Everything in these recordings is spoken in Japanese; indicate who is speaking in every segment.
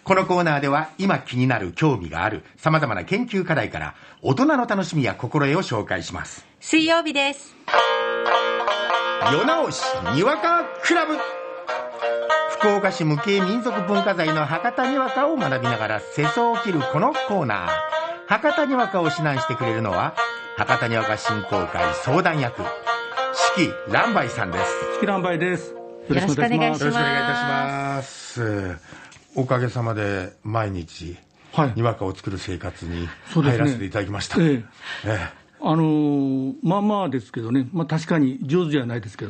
Speaker 1: このコーナーでは今気になる興味がある様々な研究課題から大人の楽しみや心得を紹介します。
Speaker 2: 水曜日です。
Speaker 1: 夜直しにわかクラブ。福岡市無形民族文化財の博多にわかを学びながら世相を切るこのコーナー。博多にわかを指南してくれるのは博多にわか振興会相談役四季蘭梅さんです。
Speaker 3: 四季蘭梅です。よろしくお願いします。
Speaker 1: よろしくお願いいたします。おかげさまで毎日、にわかを作る生活に入らせていただきました。
Speaker 3: まあまあですけどね、確かに上手じゃないですけど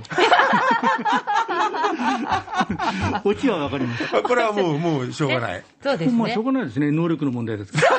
Speaker 3: オチは分かります。
Speaker 1: これはもうしょうがない。
Speaker 2: そうですね。
Speaker 3: しょうがないですね。能力の問題ですから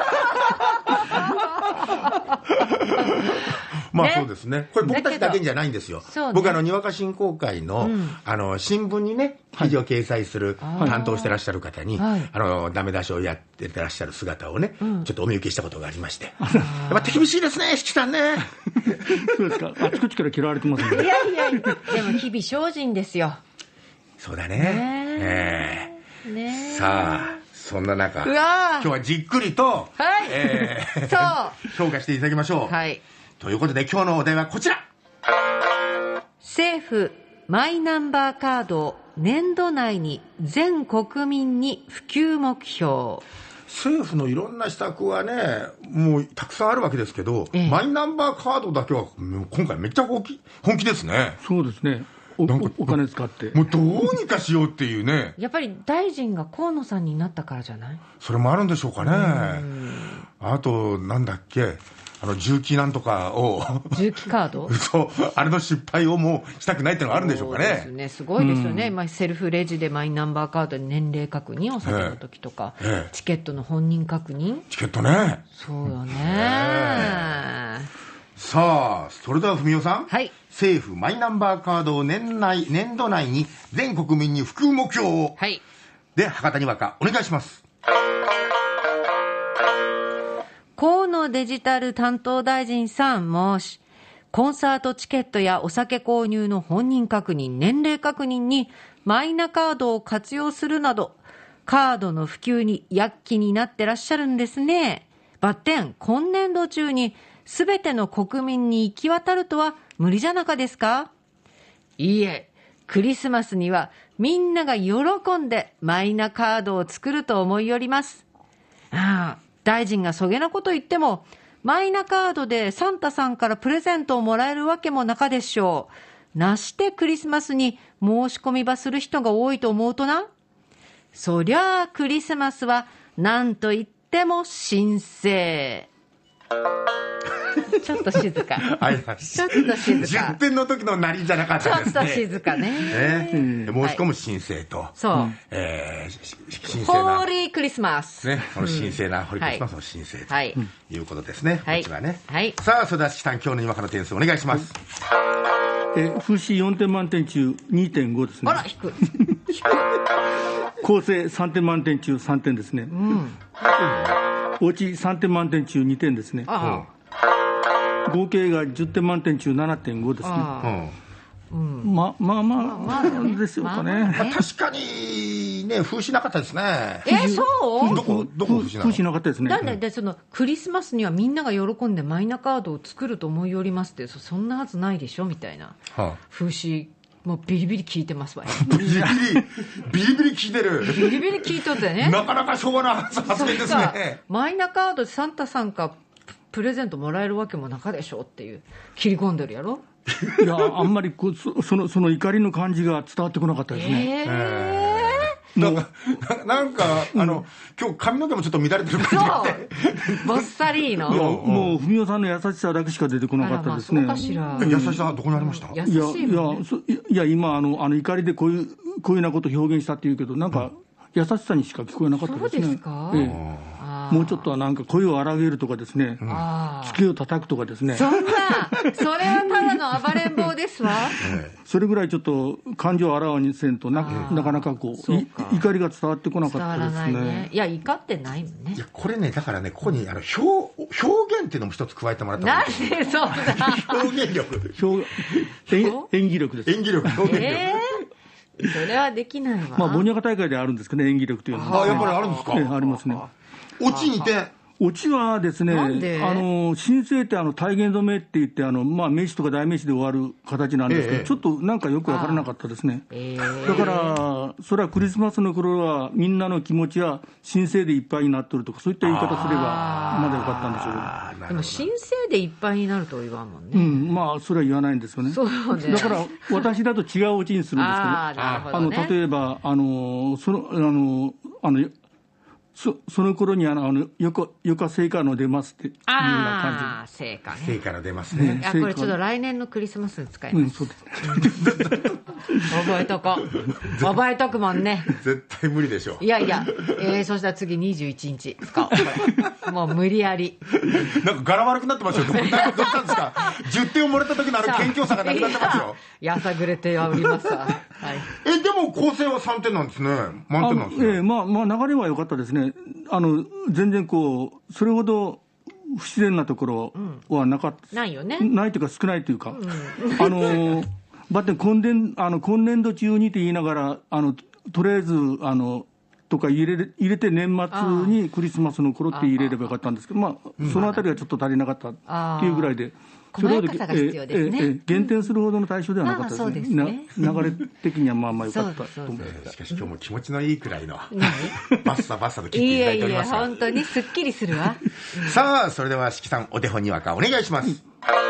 Speaker 1: そうですね。これ僕たちだけじゃないんですよ。僕にわか振興会の、新聞にね記事を掲載する担当してらっしゃる方に、ダメ出しをやってらっしゃる姿をね、ちょっとお見受けしたことがありまして、やっぱ手厳しいですね、四季さんね。
Speaker 3: そうですか。あちこちから嫌われてますね。
Speaker 2: いやでも日々精進ですよ。
Speaker 1: そうだね。さあそんな中、今日はじっくりと、評価していただきましょう。ということで今日のお題はこちら。
Speaker 2: 政府マイナンバーカードを年度内に全国民に普及目標。
Speaker 1: 政府のいろんな施策はねもうたくさんあるわけですけど、マイナンバーカードだけは今回めっちゃ本気ですね。
Speaker 3: そうですね。お金使って
Speaker 1: もうどうにかしようっていうね。
Speaker 2: やっぱり大臣が河野さんになったからじゃない？
Speaker 1: それもあるんでしょうかね。あとなんだっけ、重機なんとかを
Speaker 2: 重機カード
Speaker 1: そうあれの失敗をもうしたくないっていうのがあるんでしょうかね。
Speaker 2: そうですね。すごいですよね。セルフレジでマイナンバーカードで年齢確認、お酒の時とか、チケットの本人確認。
Speaker 1: チケットね。
Speaker 2: そうよね。
Speaker 1: さあそれでは文雄さん、政府マイナンバーカードを年度内に全国民に普及目標を、で博多にわかお願いします。
Speaker 2: 河野デジタル担当大臣さんもし、コンサートチケットやお酒購入の本人確認、年齢確認にマイナカードを活用するなど、カードの普及に躍起になってらっしゃるんですね。バッテン、今年度中にすべての国民に行き渡るとは無理じゃなかですか？いいえ、クリスマスにはみんなが喜んでマイナカードを作ると思いよります。大臣がそげなこと言っても、マイナカードでサンタさんからプレゼントをもらえるわけもなかでしょう。なしてクリスマスに申し込み場する人が多いと思うとな。そりゃあクリスマスは何と言っても神聖。ちょっと静か。ちょっと静か。
Speaker 1: 10点の時のなりじゃなかったですね。
Speaker 2: ちょっと静かね。
Speaker 1: 申し込む神聖と。
Speaker 2: そう。
Speaker 1: 神聖な。
Speaker 2: ホーリークリスマス。
Speaker 1: ね、この神聖なホーリークリスマスの神聖ということですね。こっちはね。さあ、それでは四季さん、今日のにわかの点数お願いします。
Speaker 3: 風刺4点満点中 2.5 ですね。
Speaker 2: あら、低い。
Speaker 3: 構成3点満点中3点ですね。おうち3点満点中2点ですね。合計が10点満点中 7.5 ですね。まあですよかね。
Speaker 1: 確かにね、風刺なかったですね。
Speaker 2: そう？
Speaker 1: どこ風
Speaker 3: 刺なかったですね。
Speaker 2: なんでそのクリスマスにはみんなが喜んでマイナカードを作ると思いよりますって、そんなはずないでしょみたいな。風刺もうビリビリ聞いてますわよ。
Speaker 1: ビリビリ聞いてる。
Speaker 2: ビリビリ聞いとってね。
Speaker 1: なかなか昭和な発言ですね。
Speaker 2: マイナカードでサンタさんかプレゼントもらえるわけもなかでしょっていう切り込んでるやろ。
Speaker 3: いや、あんまりその怒りの感じが伝わってこなかったですね。
Speaker 1: なんか今日髪の毛もちょっと乱れてる感じがあって、
Speaker 2: ボッサリーの。
Speaker 3: もう文雄さんの優しさだけしか出てこなかったですね。
Speaker 1: 優しさはどこにありました？
Speaker 2: 優しいもんね。
Speaker 3: いや今怒りでこういうようなことを表現したって言うけど、なんか優しさにしか聞こえなかったですね。
Speaker 2: そうですか？
Speaker 3: もうちょっとはなんか声を荒げるとかですね、机を叩くとかですね。
Speaker 2: そんな、それはただの暴れん坊ですわ。
Speaker 3: それぐらいちょっと感情をあらわにせんとなかなかこう怒りが伝わってこなかったですね。
Speaker 2: いや、怒ってないもんね。
Speaker 1: いや、これね、だからね、ここに表現っていうのも一つ加えてもらった
Speaker 2: なんでそんな
Speaker 1: 表現力、
Speaker 3: 演技力です。
Speaker 1: 演技力、表現力。
Speaker 2: それはできないわ。
Speaker 3: まあ、ボニャカ大会であるんですけどね、演技力というのは。
Speaker 1: やっぱりあるんですか？
Speaker 3: ありますね。
Speaker 1: オチ2点。
Speaker 3: オチはですね、申請って体現止めって言って、まあ、名詞とか代名詞で終わる形なんですけど、ちょっとなんかよくわからなかったですね。だから、それはクリスマスの頃は、みんなの気持ちは申請でいっぱいになっとるとか、そういった言い方すれば、まだよかったんでしょうけど。
Speaker 2: でも、申請でいっぱいになると言わんもんね。
Speaker 3: まあ、それは言わないんですよね。
Speaker 2: そうね。
Speaker 3: だから、私だと違うオチにするんですけど、例えば、その頃によか成果の出ますっていうような感じ。
Speaker 2: 成果ね。
Speaker 1: 成果の出ますね。
Speaker 2: これちょっと来年のクリスマスに使います。
Speaker 3: そうですね。
Speaker 2: 覚えとこう。覚えとくもんね。
Speaker 1: 絶対無理でしょ。
Speaker 2: いやいや、そしたら次21日使おう。もう無理やり。
Speaker 1: なんか柄悪くなってますよ。どうしたんですか？10点をもらった時の謙虚さがなくなってますよ。
Speaker 2: やさぐれておりますわ。
Speaker 1: でも構成は3点なんですね。満点なんですね。
Speaker 3: まあ流れは良かったですね。全然それほど不自然なところはなかった。
Speaker 2: ないよね。
Speaker 3: ないというか少ないというか。バッテン今年度中にって言いながら、とりあえず、とか入れて年末にクリスマスの頃って入れればよかったんですけど、まあ、そのあたりはちょっと足りなかったっていうぐらいで、
Speaker 2: 細やかさが必要ですね。
Speaker 3: 減点するほどの対象ではなかったですね。流れ的にはまあまあよかったと思います。
Speaker 1: しかし今日も気持ちのいいくらいのバッサバッサと切っていただいておりますが。
Speaker 2: いやいや、本当にすっきりするわ。
Speaker 1: さあ、それではしきさん、お手本にわかお願いします。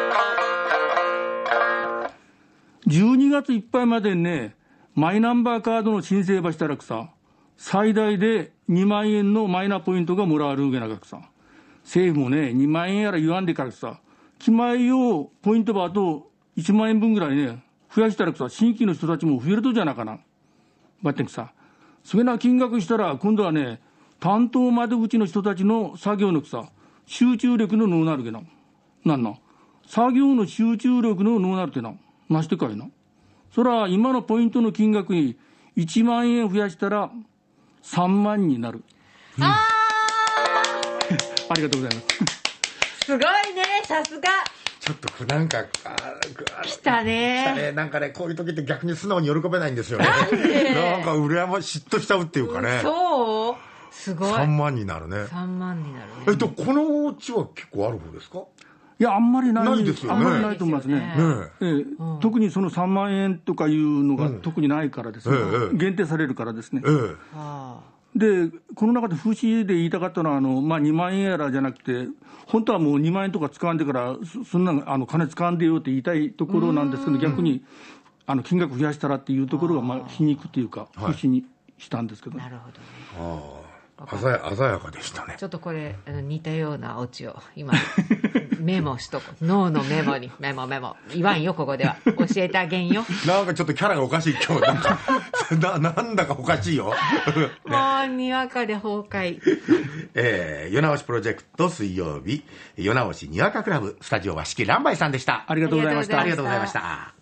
Speaker 3: 12月いっぱいまでにね、マイナンバーカードの申請ばしたらくさ、最大で2万円のマイナポイントがもらわれるげなかくさ、政府もね、2万円やら言わんでからくさ、決まりをポイントばあと1万円分ぐらいね、増やしたらくさ、新規の人たちも増えるとじゃなかな。ばってくさ、そげな金額したら、今度はね、担当窓口の人たちの作業のくさ、集中力ののうなるげな。なんな。作業の集中力ののうなるってな。なしてかいな。そら、今のポイントの金額に1万円増やしたら3万になる。ありがとうございます。
Speaker 2: すごいね、さすが。
Speaker 1: ちょっとなんか
Speaker 2: 来たね。
Speaker 1: なんかね、こういう時って逆に素直に喜べないんですよね。なんか羨ましい、嫉妬しちゃうっていうかね。
Speaker 2: そうすごい。
Speaker 1: 3万になるね。
Speaker 2: 3万になるね。
Speaker 1: このお家は結構ある方ですか？
Speaker 3: いや、あんまりない
Speaker 1: ですよね。
Speaker 3: あんまりないと思いますね。特にその3万円とかいうのが特にないからですね。限定されるからですね。で、この中で風刺で言いたかったのは、まあ、2万円やらじゃなくて、本当はもう2万円とか使わんでから、そんな金使わんでよって言いたいところなんですけど、逆に金額増やしたらっていうところが、まあ、皮肉というか、風刺にしたんですけど。
Speaker 2: なるほどね。
Speaker 1: 鮮やかでしたね。
Speaker 2: ちょっとこれ似たようなオチを今メモしとこう。脳のメモにメモ言わんよ、ここでは教えてあげんよ。
Speaker 1: なんかちょっとキャラがおかしい今日。なんだかおかしいよ。
Speaker 2: もうにわかで崩壊。
Speaker 1: 夜直しプロジェクト水曜日夜直しにわかクラブ、スタジオは四季乱梅さんでした。
Speaker 3: ありがとうございました。
Speaker 1: ありがとうございました。